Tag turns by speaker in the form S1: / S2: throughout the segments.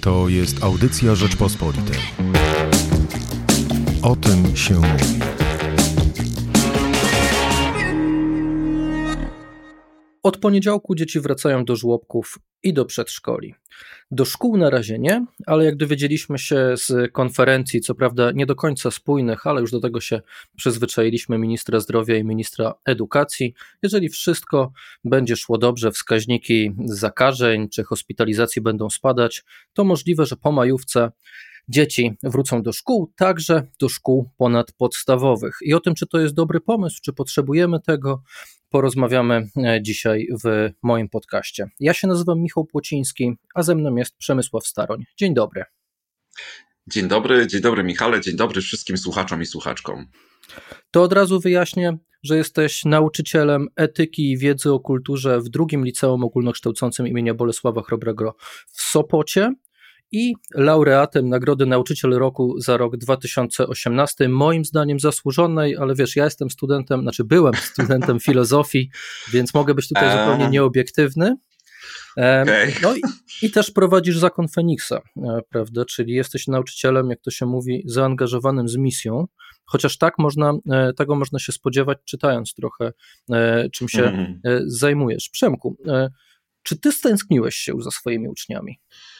S1: To jest audycja Rzeczpospolitej. O tym się mówi.
S2: Od poniedziałku dzieci wracają do żłobków i do przedszkoli. Do szkół na razie nie, ale jak dowiedzieliśmy się z konferencji, co prawda nie do końca spójnych, ale już do tego się przyzwyczailiśmy, ministra zdrowia i ministra edukacji, jeżeli wszystko będzie szło dobrze, wskaźniki zakażeń czy hospitalizacji będą spadać, to możliwe, że po majówce dzieci wrócą do szkół, także do szkół ponadpodstawowych. I o tym, czy to jest dobry pomysł, czy potrzebujemy tego, porozmawiamy dzisiaj w moim podcaście. Ja się nazywam Michał Płociński, a ze mną jest Przemysław Staroń. Dzień dobry.
S3: Dzień dobry Michale, dzień dobry wszystkim słuchaczom i słuchaczkom.
S2: To od razu wyjaśnię, że jesteś nauczycielem etyki i wiedzy o kulturze w drugim liceum ogólnokształcącym imienia Bolesława Chrobrego w Sopocie i laureatem Nagrody Nauczyciel Roku za rok 2018, moim zdaniem zasłużonej, ale wiesz, ja jestem studentem, byłem studentem filozofii, więc mogę być tutaj zupełnie nieobiektywny.
S3: Okay.
S2: No i też prowadzisz Zakon Feniksa, prawda, czyli jesteś nauczycielem, jak to się mówi, zaangażowanym z misją, chociaż tego można się spodziewać, czytając trochę, czym się zajmujesz. Przemku, czy ty stęskniłeś się za swoimi uczniami?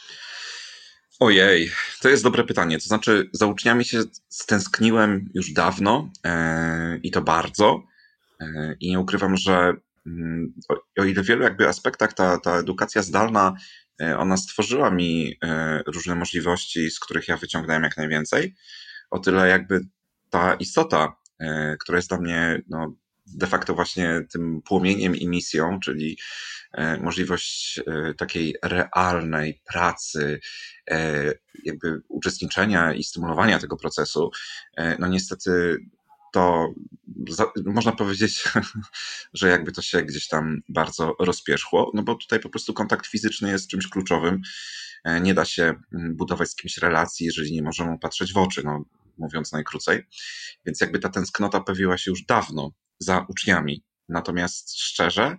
S3: Ojej, to jest dobre pytanie. To znaczy, za uczniami się stęskniłem już dawno i to bardzo. I nie ukrywam, że o ile w wielu jakby aspektach ta edukacja zdalna, ona stworzyła mi różne możliwości, z których ja wyciągnąłem jak najwięcej, o tyle jakby ta istota, która jest dla mnie de facto właśnie tym płomieniem i misją, czyli możliwość takiej realnej pracy, jakby uczestniczenia i stymulowania tego procesu, no niestety to można powiedzieć, że jakby to się gdzieś tam bardzo rozpierzchło, no bo tutaj po prostu kontakt fizyczny jest czymś kluczowym. Nie da się budować z kimś relacji, jeżeli nie możemy patrzeć w oczy, mówiąc najkrócej. Więc jakby ta tęsknota pojawiła się już dawno za uczniami. Natomiast szczerze,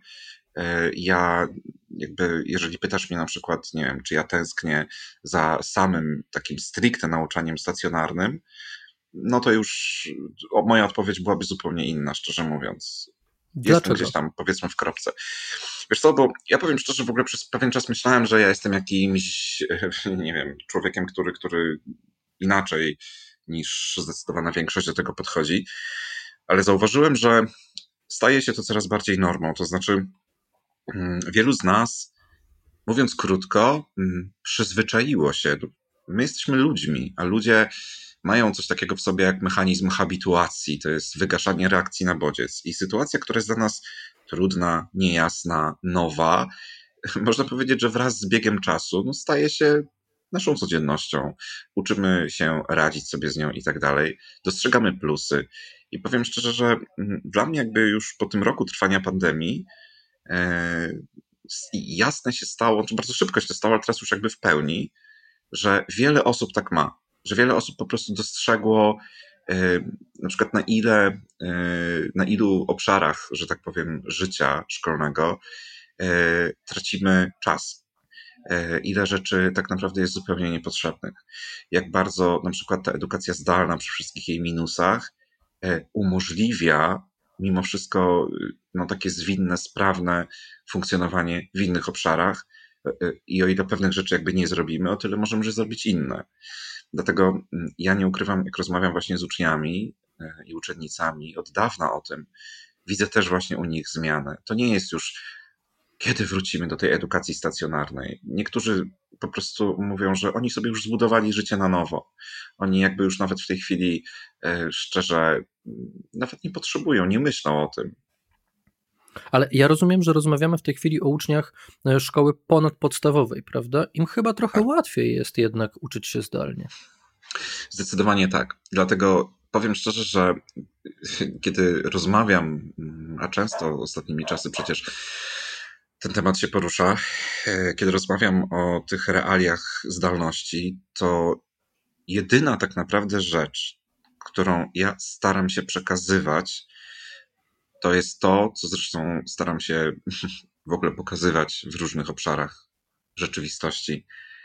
S3: ja jakby, jeżeli pytasz mnie na przykład, nie wiem, czy ja tęsknię za samym takim stricte nauczaniem stacjonarnym, no to już moja odpowiedź byłaby zupełnie inna, szczerze mówiąc.
S2: Dlaczego?
S3: Jestem gdzieś tam, powiedzmy, w kropce. Wiesz co, bo ja powiem szczerze, w ogóle przez pewien czas myślałem, że ja jestem jakimś, nie wiem, człowiekiem, który inaczej niż zdecydowana większość do tego podchodzi, ale zauważyłem, że staje się to coraz bardziej normą, to znaczy wielu z nas, mówiąc krótko, przyzwyczaiło się. My jesteśmy ludźmi, a ludzie mają coś takiego w sobie jak mechanizm habituacji, to jest wygaszanie reakcji na bodziec. I sytuacja, która jest dla nas trudna, niejasna, nowa, można powiedzieć, że wraz z biegiem czasu staje się naszą codziennością. Uczymy się radzić sobie z nią i tak dalej. Dostrzegamy plusy. I powiem szczerze, że dla mnie jakby już po tym roku trwania pandemii jasne się stało, czy bardzo szybko się stało, ale teraz już jakby w pełni, że wiele osób tak ma, że wiele osób po prostu dostrzegło na przykład na ilu obszarach, że tak powiem, życia szkolnego tracimy czas. Ile rzeczy tak naprawdę jest zupełnie niepotrzebnych. Jak bardzo na przykład ta edukacja zdalna przy wszystkich jej minusach umożliwia mimo wszystko takie zwinne, sprawne funkcjonowanie w innych obszarach i o ile pewnych rzeczy jakby nie zrobimy, o tyle możemy zrobić inne. Dlatego ja nie ukrywam, jak rozmawiam właśnie z uczniami i uczennicami od dawna o tym, widzę też właśnie u nich zmianę. To nie jest już kiedy wrócimy do tej edukacji stacjonarnej. Niektórzy po prostu mówią, że oni sobie już zbudowali życie na nowo. Oni jakby już nawet w tej chwili szczerze nawet nie potrzebują, nie myślą o tym.
S2: Ale ja rozumiem, że rozmawiamy w tej chwili o uczniach szkoły ponadpodstawowej, prawda? Im chyba trochę łatwiej jest jednak uczyć się zdalnie.
S3: Zdecydowanie tak. Dlatego powiem szczerze, że kiedy rozmawiam, a często ostatnimi czasy przecież ten temat się porusza, kiedy rozmawiam o tych realiach zdalności, to jedyna tak naprawdę rzecz, którą ja staram się przekazywać, to jest to, co zresztą staram się w ogóle pokazywać w różnych obszarach rzeczywistości,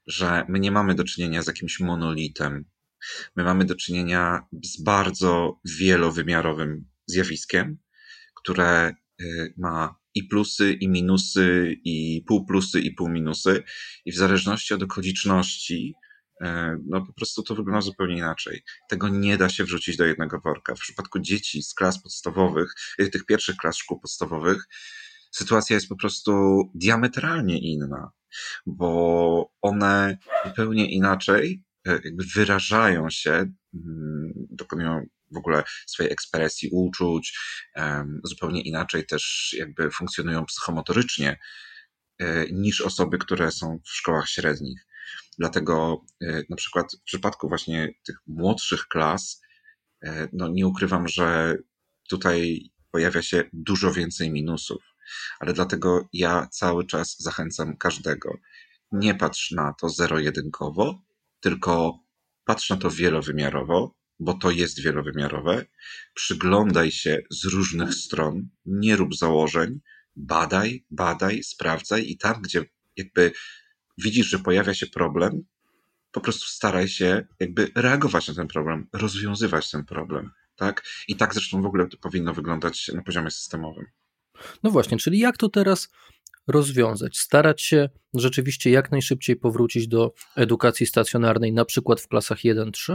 S3: że my nie mamy do czynienia z jakimś monolitem. My mamy do czynienia z bardzo wielowymiarowym zjawiskiem, które ma i plusy, i minusy, i półplusy, i półminusy, i w zależności od okoliczności, no po prostu to wygląda zupełnie inaczej. Tego nie da się wrzucić do jednego worka. W przypadku dzieci z klas podstawowych, tych pierwszych klas szkół podstawowych, sytuacja jest po prostu diametralnie inna, bo one zupełnie inaczej jakby wyrażają się, dokonują w ogóle swojej ekspresji uczuć, zupełnie inaczej też jakby funkcjonują psychomotorycznie niż osoby, które są w szkołach średnich. Dlatego na przykład w przypadku właśnie tych młodszych klas, no nie ukrywam, że tutaj pojawia się dużo więcej minusów, ale dlatego ja cały czas zachęcam każdego. Nie patrz na to zero-jedynkowo, tylko patrz na to wielowymiarowo, bo to jest wielowymiarowe. Przyglądaj się z różnych stron, nie rób założeń, badaj, sprawdzaj i tam, gdzie jakby widzisz, że pojawia się problem, po prostu staraj się jakby reagować na ten problem, rozwiązywać ten problem, tak? I tak zresztą w ogóle to powinno wyglądać na poziomie systemowym.
S2: No właśnie, czyli jak to teraz rozwiązać? Starać się rzeczywiście jak najszybciej powrócić do edukacji stacjonarnej, na przykład w klasach 1-3?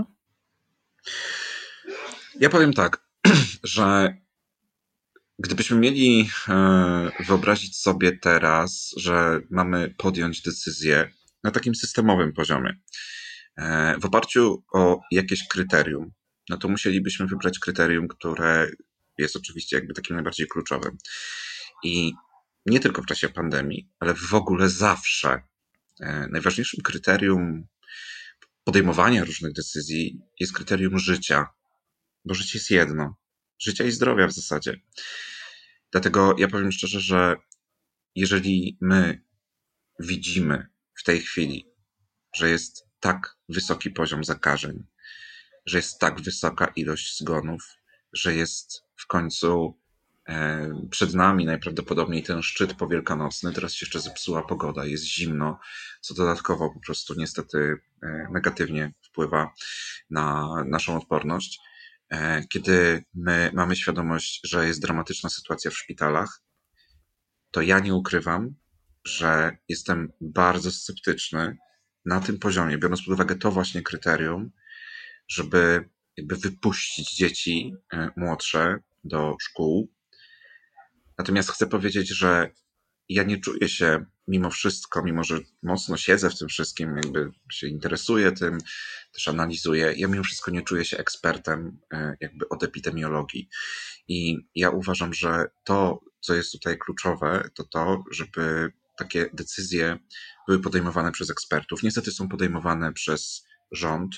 S3: Ja powiem tak, że gdybyśmy mieli wyobrazić sobie teraz, że mamy podjąć decyzję na takim systemowym poziomie, w oparciu o jakieś kryterium, no to musielibyśmy wybrać kryterium, które jest oczywiście jakby takim najbardziej kluczowym. I nie tylko w czasie pandemii, ale w ogóle zawsze najważniejszym kryterium podejmowania różnych decyzji jest kryterium życia, bo życie jest jedno. Życia i zdrowia w zasadzie. Dlatego ja powiem szczerze, że jeżeli my widzimy w tej chwili, że jest tak wysoki poziom zakażeń, że jest tak wysoka ilość zgonów, że jest w końcu przed nami najprawdopodobniej ten szczyt powielkanocny, teraz się jeszcze zepsuła pogoda, jest zimno, co dodatkowo po prostu niestety negatywnie wpływa na naszą odporność. Kiedy my mamy świadomość, że jest dramatyczna sytuacja w szpitalach, to ja nie ukrywam, że jestem bardzo sceptyczny na tym poziomie, biorąc pod uwagę to właśnie kryterium, żeby jakby wypuścić dzieci młodsze do szkół. Natomiast chcę powiedzieć, że ja nie czuję się mimo wszystko, mimo że mocno siedzę w tym wszystkim, jakby się interesuję tym, też analizuję, ja mimo wszystko nie czuję się ekspertem jakby od epidemiologii. I ja uważam, że to, co jest tutaj kluczowe, to to, żeby takie decyzje były podejmowane przez ekspertów. Niestety są podejmowane przez rząd,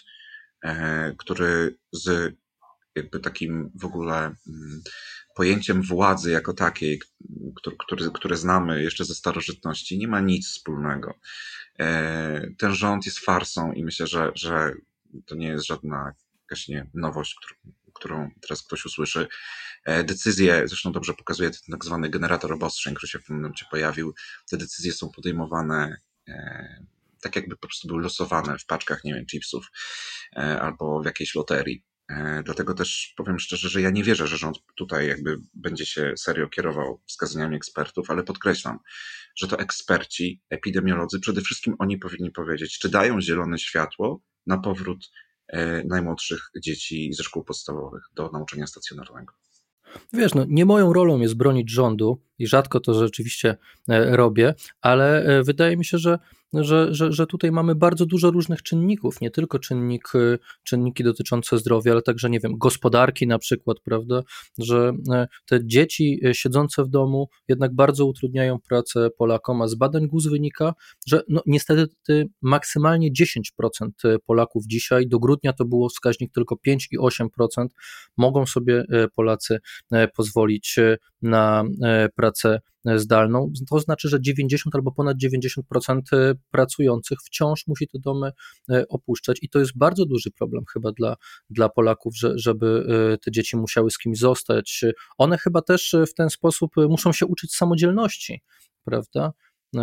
S3: który z jakby takim w ogóle pojęciem władzy jako takiej, które znamy jeszcze ze starożytności, nie ma nic wspólnego. Ten rząd jest farsą i myślę, że to nie jest żadna jakaś nowość, którą teraz ktoś usłyszy. Decyzje, zresztą dobrze pokazuje ten tak zwany generator obostrzeń, który się w pewnym momencie pojawił. Te decyzje są podejmowane tak jakby po prostu były losowane w paczkach, nie wiem, chipsów albo w jakiejś loterii. Dlatego też powiem szczerze, że ja nie wierzę, że rząd tutaj jakby będzie się serio kierował wskazaniami ekspertów, ale podkreślam, że to eksperci, epidemiolodzy, przede wszystkim oni powinni powiedzieć, czy dają zielone światło na powrót najmłodszych dzieci ze szkół podstawowych do nauczania stacjonarnego.
S2: Wiesz, no, nie moją rolą jest bronić rządu i rzadko to rzeczywiście robię, ale wydaje mi się, że tutaj mamy bardzo dużo różnych czynników, nie tylko czynniki dotyczące zdrowia, ale także, nie wiem, gospodarki na przykład, prawda, że te dzieci siedzące w domu jednak bardzo utrudniają pracę Polakom, a z badań GUS wynika, że no, niestety maksymalnie 10% Polaków dzisiaj, do grudnia to było wskaźnik tylko 5,8%, mogą sobie Polacy pozwolić na pracę zdalną. To znaczy, że 90 albo ponad 90% pracujących wciąż musi te domy opuszczać i to jest bardzo duży problem chyba dla Polaków, żeby te dzieci musiały z kimś zostać. One chyba też w ten sposób muszą się uczyć samodzielności, prawda?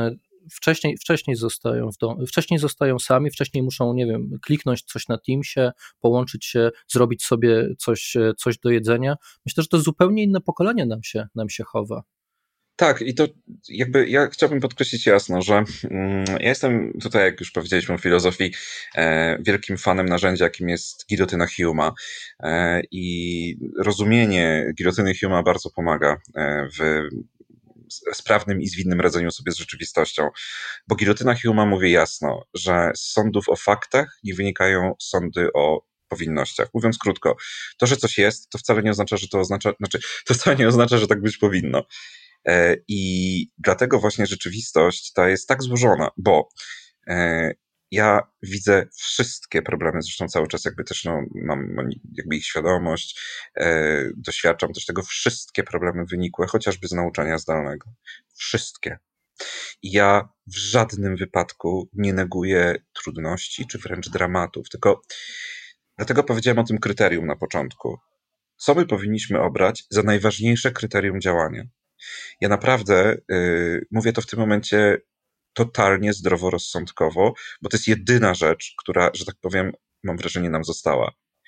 S2: wcześniej zostają sami, wcześniej muszą, nie wiem, kliknąć coś na Teamsie, połączyć się, zrobić sobie coś do jedzenia. Myślę, że to zupełnie inne pokolenie nam się chowa.
S3: Tak, i to jakby ja chciałbym podkreślić jasno, że ja jestem tutaj, jak już powiedzieliśmy o filozofii, wielkim fanem narzędzia, jakim jest gilotyna Hume'a. I rozumienie gilotyny Hume'a bardzo pomaga w sprawnym i zwinnym radzeniu sobie z rzeczywistością. Bo gilotyna Hume'a mówi jasno, że z sądów o faktach nie wynikają sądy o powinnościach. Mówiąc krótko, to, że coś jest, to wcale nie oznacza, to wcale nie oznacza, że tak być powinno. I dlatego właśnie rzeczywistość ta jest tak złożona, bo ja widzę wszystkie problemy, zresztą cały czas jakby też mam jakby ich świadomość, doświadczam też tego, wszystkie problemy wynikłe chociażby z nauczania zdalnego. Wszystkie. I ja w żadnym wypadku nie neguję trudności czy wręcz dramatów, tylko dlatego powiedziałem o tym kryterium na początku. Co my powinniśmy obrać za najważniejsze kryterium działania? Ja naprawdę mówię to w tym momencie totalnie zdroworozsądkowo, bo to jest jedyna rzecz, która, że tak powiem, mam wrażenie, nam została.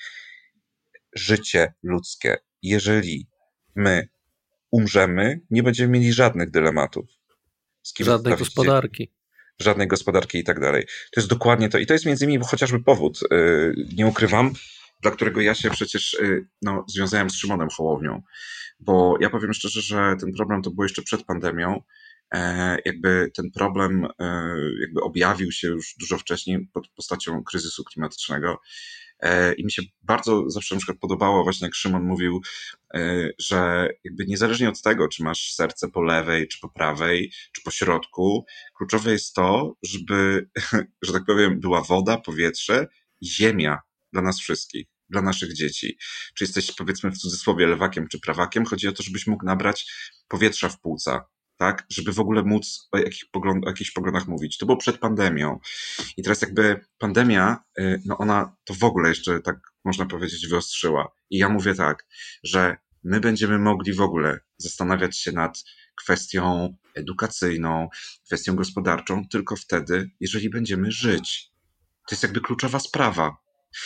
S3: Życie ludzkie. Jeżeli my umrzemy, nie będziemy mieli żadnych dylematów. Z kim
S2: Żadnej gospodarki.
S3: Żadnej gospodarki i tak dalej. To jest dokładnie to. I to jest między innymi chociażby powód, nie ukrywam, dla którego ja się przecież związałem z Szymonem Hołownią. Bo ja powiem szczerze, że ten problem to było jeszcze przed pandemią. Jakby ten problem jakby objawił się już dużo wcześniej pod postacią kryzysu klimatycznego. I mi się bardzo zawsze na przykład podobało właśnie jak Szymon mówił, że jakby niezależnie od tego, czy masz serce po lewej, czy po prawej, czy po środku, kluczowe jest to, żeby, że tak powiem, była woda, powietrze i ziemia dla nas wszystkich, dla naszych dzieci. Czy jesteś, powiedzmy w cudzysłowie, lewakiem czy prawakiem, chodzi o to, żebyś mógł nabrać powietrza w płuca, tak? Żeby w ogóle móc o jakichś poglądach mówić. To było przed pandemią. I teraz jakby pandemia, no ona to w ogóle jeszcze tak można powiedzieć wyostrzyła. I ja mówię tak, że my będziemy mogli w ogóle zastanawiać się nad kwestią edukacyjną, kwestią gospodarczą tylko wtedy, jeżeli będziemy żyć. To jest jakby kluczowa sprawa.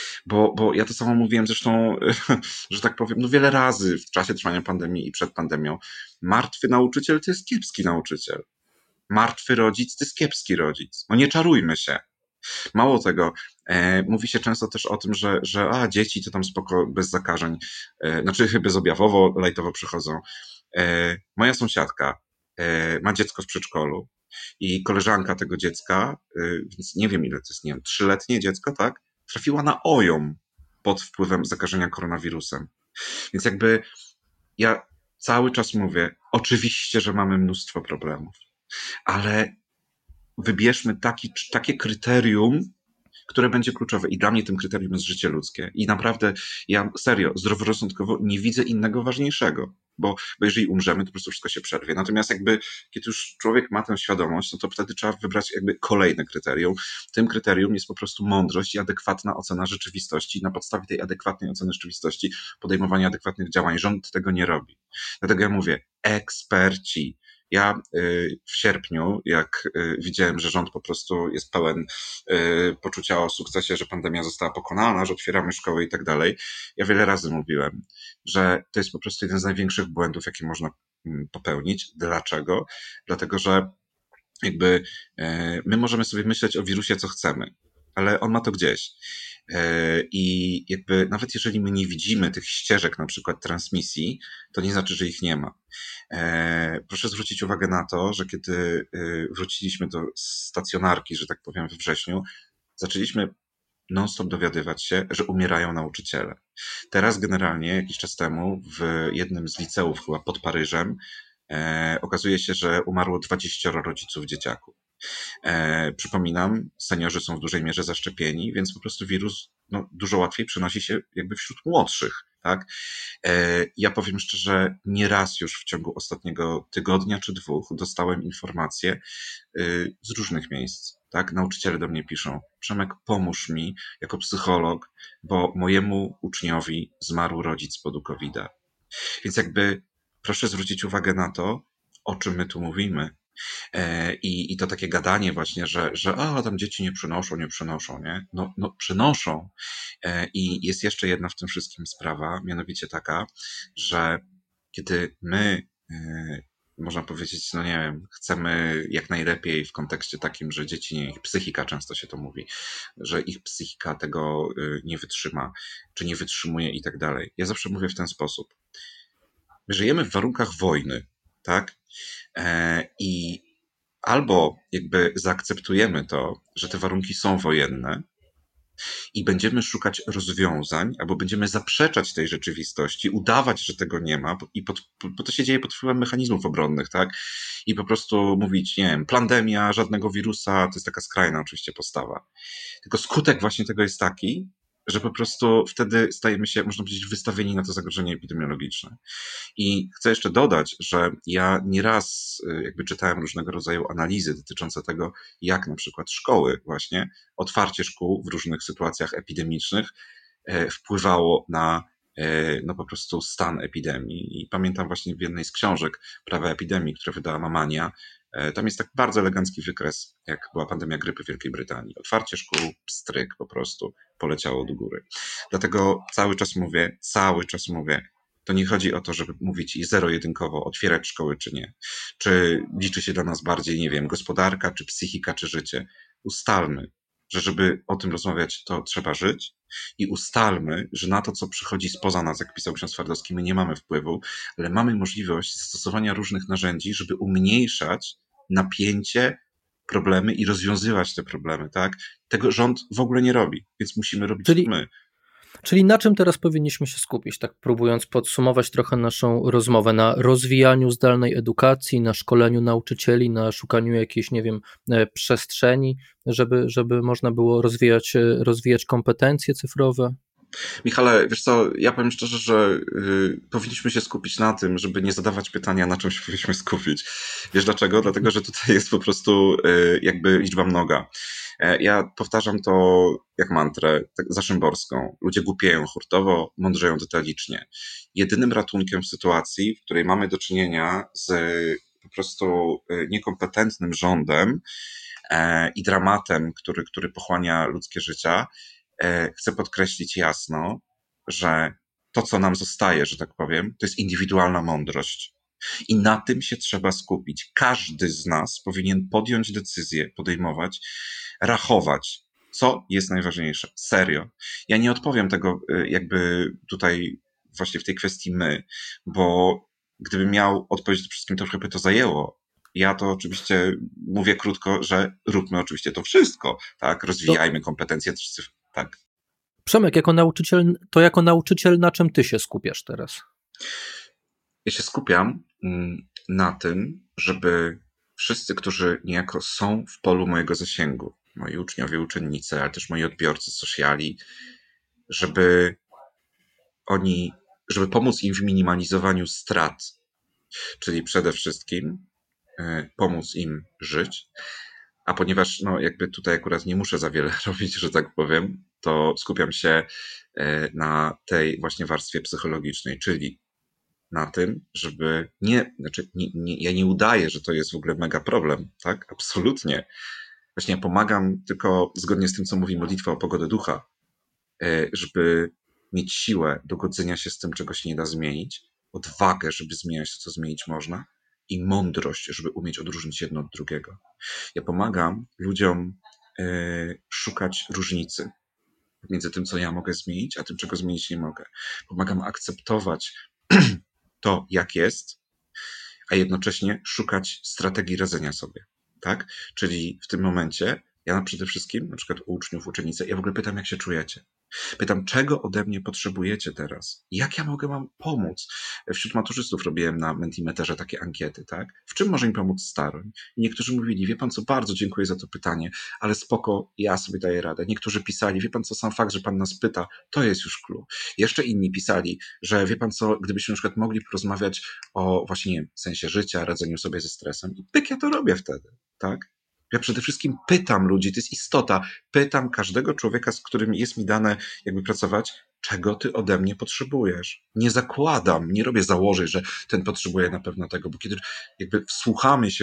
S3: Bo ja to samo mówiłem zresztą, że tak powiem, no wiele razy w czasie trwania pandemii i przed pandemią. Martwy nauczyciel to jest kiepski nauczyciel. Martwy rodzic to jest kiepski rodzic. No nie czarujmy się. Mało tego, mówi się często też o tym, że dzieci to tam spoko, bez zakażeń, znaczy bezobjawowo, lajtowo przychodzą. Moja sąsiadka ma dziecko w przedszkolu i koleżanka tego dziecka, więc nie wiem ile to jest, nie wiem, 3-letnie dziecko, tak? Trafiła na OJOM pod wpływem zakażenia koronawirusem. Więc jakby ja cały czas mówię, oczywiście, że mamy mnóstwo problemów, ale wybierzmy takie kryterium, które będzie kluczowe. I dla mnie tym kryterium jest życie ludzkie. I naprawdę, ja serio, zdroworozsądkowo nie widzę innego ważniejszego. Bo jeżeli umrzemy, to po prostu wszystko się przerwie. Natomiast jakby, kiedy już człowiek ma tę świadomość, no to wtedy trzeba wybrać jakby kolejne kryterium. Tym kryterium jest po prostu mądrość i adekwatna ocena rzeczywistości. I na podstawie tej adekwatnej oceny rzeczywistości podejmowanie adekwatnych działań. Rząd tego nie robi. Dlatego ja mówię, eksperci. Ja w sierpniu, jak widziałem, że rząd po prostu jest pełen poczucia o sukcesie, że pandemia została pokonana, że otwieramy szkoły i tak dalej, ja wiele razy mówiłem, że to jest po prostu jeden z największych błędów, jaki można popełnić. Dlaczego? Dlatego, że jakby my możemy sobie myśleć o wirusie, co chcemy, ale on ma to gdzieś. I jakby nawet jeżeli my nie widzimy tych ścieżek na przykład transmisji, to nie znaczy, że ich nie ma. Proszę zwrócić uwagę na to, że kiedy wróciliśmy do stacjonarki, że tak powiem we wrześniu, zaczęliśmy non-stop dowiadywać się, że umierają nauczyciele. Teraz generalnie, jakiś czas temu, w jednym z liceów chyba pod Paryżem, okazuje się, że umarło 20 rodziców dzieciaków. Przypominam, seniorzy są w dużej mierze zaszczepieni, więc po prostu wirus dużo łatwiej przenosi się jakby wśród młodszych. Tak? Ja powiem szczerze, nieraz już w ciągu ostatniego tygodnia czy 2 dostałem informacje z różnych miejsc. Tak? Nauczyciele do mnie piszą: Przemek, pomóż mi jako psycholog, bo mojemu uczniowi zmarł rodzic z powodu COVID-a. Więc jakby proszę zwrócić uwagę na to, o czym my tu mówimy. I to takie gadanie właśnie, że tam dzieci nie przynoszą, nie? No przynoszą. I jest jeszcze jedna w tym wszystkim sprawa, mianowicie taka, że kiedy my, można powiedzieć, no nie wiem, chcemy jak najlepiej w kontekście takim, że dzieci, nie, ich psychika, często się to mówi, że ich psychika tego nie wytrzyma, czy nie wytrzymuje i tak dalej. Ja zawsze mówię w ten sposób. My żyjemy w warunkach wojny, tak? I albo jakby zaakceptujemy to, że te warunki są wojenne i będziemy szukać rozwiązań, albo będziemy zaprzeczać tej rzeczywistości, udawać, że tego nie ma, bo to się dzieje pod wpływem mechanizmów obronnych, tak? I po prostu mówić, nie wiem, pandemia, żadnego wirusa, to jest taka skrajna oczywiście postawa. Tylko skutek właśnie tego jest taki, że po prostu wtedy stajemy się, można powiedzieć, wystawieni na to zagrożenie epidemiologiczne. I chcę jeszcze dodać, że ja nieraz jakby czytałem różnego rodzaju analizy dotyczące tego, jak na przykład szkoły właśnie, otwarcie szkół w różnych sytuacjach epidemicznych wpływało na no po prostu stan epidemii. I pamiętam właśnie w jednej z książek Prawa epidemii, które wydała Mamania, tam jest tak bardzo elegancki wykres, jak była pandemia grypy w Wielkiej Brytanii. Otwarcie szkół, pstryk po prostu poleciało do góry. Dlatego cały czas mówię, to nie chodzi o to, żeby mówić i zero-jedynkowo otwierać szkoły czy nie. Czy liczy się dla nas bardziej, nie wiem, gospodarka, czy psychika, czy życie. Ustalmy, że żeby o tym rozmawiać, to trzeba żyć i ustalmy, że na to, co przychodzi spoza nas, jak pisał ksiądz Twardowski, my nie mamy wpływu, ale mamy możliwość zastosowania różnych narzędzi, żeby umniejszać napięcie, problemy i rozwiązywać te problemy, tak? Tego rząd w ogóle nie robi, więc musimy robić to my.
S2: Czyli na czym teraz powinniśmy się skupić, tak próbując podsumować trochę naszą rozmowę? Na rozwijaniu zdalnej edukacji, na szkoleniu nauczycieli, na szukaniu jakiejś, nie wiem, przestrzeni, żeby można było rozwijać kompetencje cyfrowe?
S3: Michale, wiesz co, ja powiem szczerze, że powinniśmy się skupić na tym, żeby nie zadawać pytania, na czym się powinniśmy skupić. Wiesz dlaczego? Dlatego, że tutaj jest po prostu jakby liczba mnoga. Ja powtarzam to jak mantrę, tak zaszymborską. Ludzie głupieją hurtowo, mądrzeją detalicznie. Jedynym ratunkiem w sytuacji, w której mamy do czynienia z po prostu niekompetentnym rządem i dramatem, który pochłania ludzkie życia, chcę podkreślić jasno, że to, co nam zostaje, że tak powiem, to jest indywidualna mądrość. I na tym się trzeba skupić. Każdy z nas powinien podjąć decyzję, podejmować, rachować, co jest najważniejsze. Serio. Ja nie odpowiem tego jakby tutaj właśnie w tej kwestii my, bo gdybym miał odpowiedzieć to wszystkim, to trochę by to zajęło. Ja to oczywiście mówię krótko, że róbmy oczywiście to wszystko, tak? Rozwijajmy kompetencje, tak.
S2: Przemek, jako nauczyciel na czym ty się skupiasz teraz?
S3: Ja się skupiam na tym, żeby wszyscy, którzy niejako są w polu mojego zasięgu, moi uczniowie, uczennice, ale też moi odbiorcy sociali, żeby pomóc im w minimalizowaniu strat, czyli przede wszystkim pomóc im żyć, a ponieważ no jakby tutaj akurat nie muszę za wiele robić, że tak powiem, to skupiam się na tej właśnie warstwie psychologicznej, czyli na tym, żeby ja nie udaję, że to jest w ogóle mega problem, tak? Absolutnie. Właśnie ja pomagam tylko zgodnie z tym, co mówi modlitwa o pogodę ducha, żeby mieć siłę do godzenia się z tym, czego się nie da zmienić, odwagę, żeby zmieniać to, co zmienić można i mądrość, żeby umieć odróżnić jedno od drugiego. Ja pomagam ludziom szukać różnicy między tym, co ja mogę zmienić, a tym, czego zmienić nie mogę. Pomagam akceptować to, jak jest, a jednocześnie szukać strategii radzenia sobie, tak? Czyli w tym momencie ja przede wszystkim, na przykład u uczniów, uczennice, ja w ogóle pytam, jak się czujecie. Pytam, czego ode mnie potrzebujecie teraz? Jak ja mogę wam pomóc? Wśród maturzystów robiłem na Mentimeterze takie ankiety, tak? W czym może im pomóc Staroń? I niektórzy mówili, wie pan co, bardzo dziękuję za to pytanie, ale spoko, ja sobie daję radę. Niektórzy pisali, wie pan co, sam fakt, że pan nas pyta, to jest już clue. Jeszcze inni pisali, że wie pan co, gdybyśmy na przykład mogli porozmawiać o właśnie, nie wiem, sensie życia, radzeniu sobie ze stresem i pyk, ja to robię wtedy, tak? Ja przede wszystkim pytam ludzi, to jest istota, pytam każdego człowieka, z którym jest mi dane jakby pracować, czego ty ode mnie potrzebujesz. Nie zakładam, nie robię założeń, że ten potrzebuje na pewno tego, bo kiedy jakby wsłuchamy się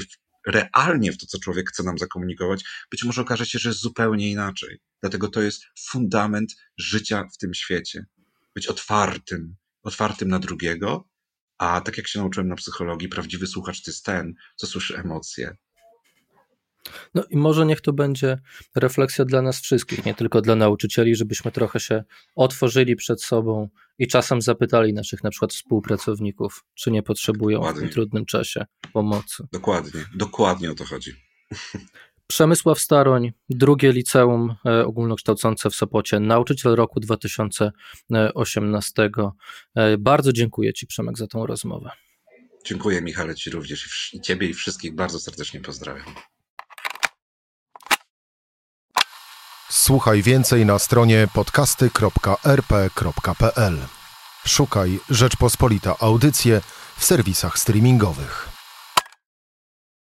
S3: realnie w to, co człowiek chce nam zakomunikować, być może okaże się, że jest zupełnie inaczej. Dlatego to jest fundament życia w tym świecie. Być otwartym na drugiego, a tak jak się nauczyłem na psychologii, prawdziwy słuchacz to jest ten, co słyszy emocje.
S2: No i może niech to będzie refleksja dla nas wszystkich, nie tylko dla nauczycieli, żebyśmy trochę się otworzyli przed sobą i czasem zapytali naszych na przykład współpracowników, czy nie potrzebują w tym trudnym czasie pomocy.
S3: Dokładnie o to chodzi.
S2: Przemysław Staroń, drugie liceum ogólnokształcące w Sopocie, nauczyciel roku 2018. Bardzo dziękuję Ci, Przemek, za tą rozmowę.
S3: Dziękuję, Michale, Ci również i Ciebie i wszystkich bardzo serdecznie pozdrawiam.
S1: Słuchaj więcej na stronie podcasty.rp.pl. Szukaj Rzeczpospolita Audycje w serwisach streamingowych.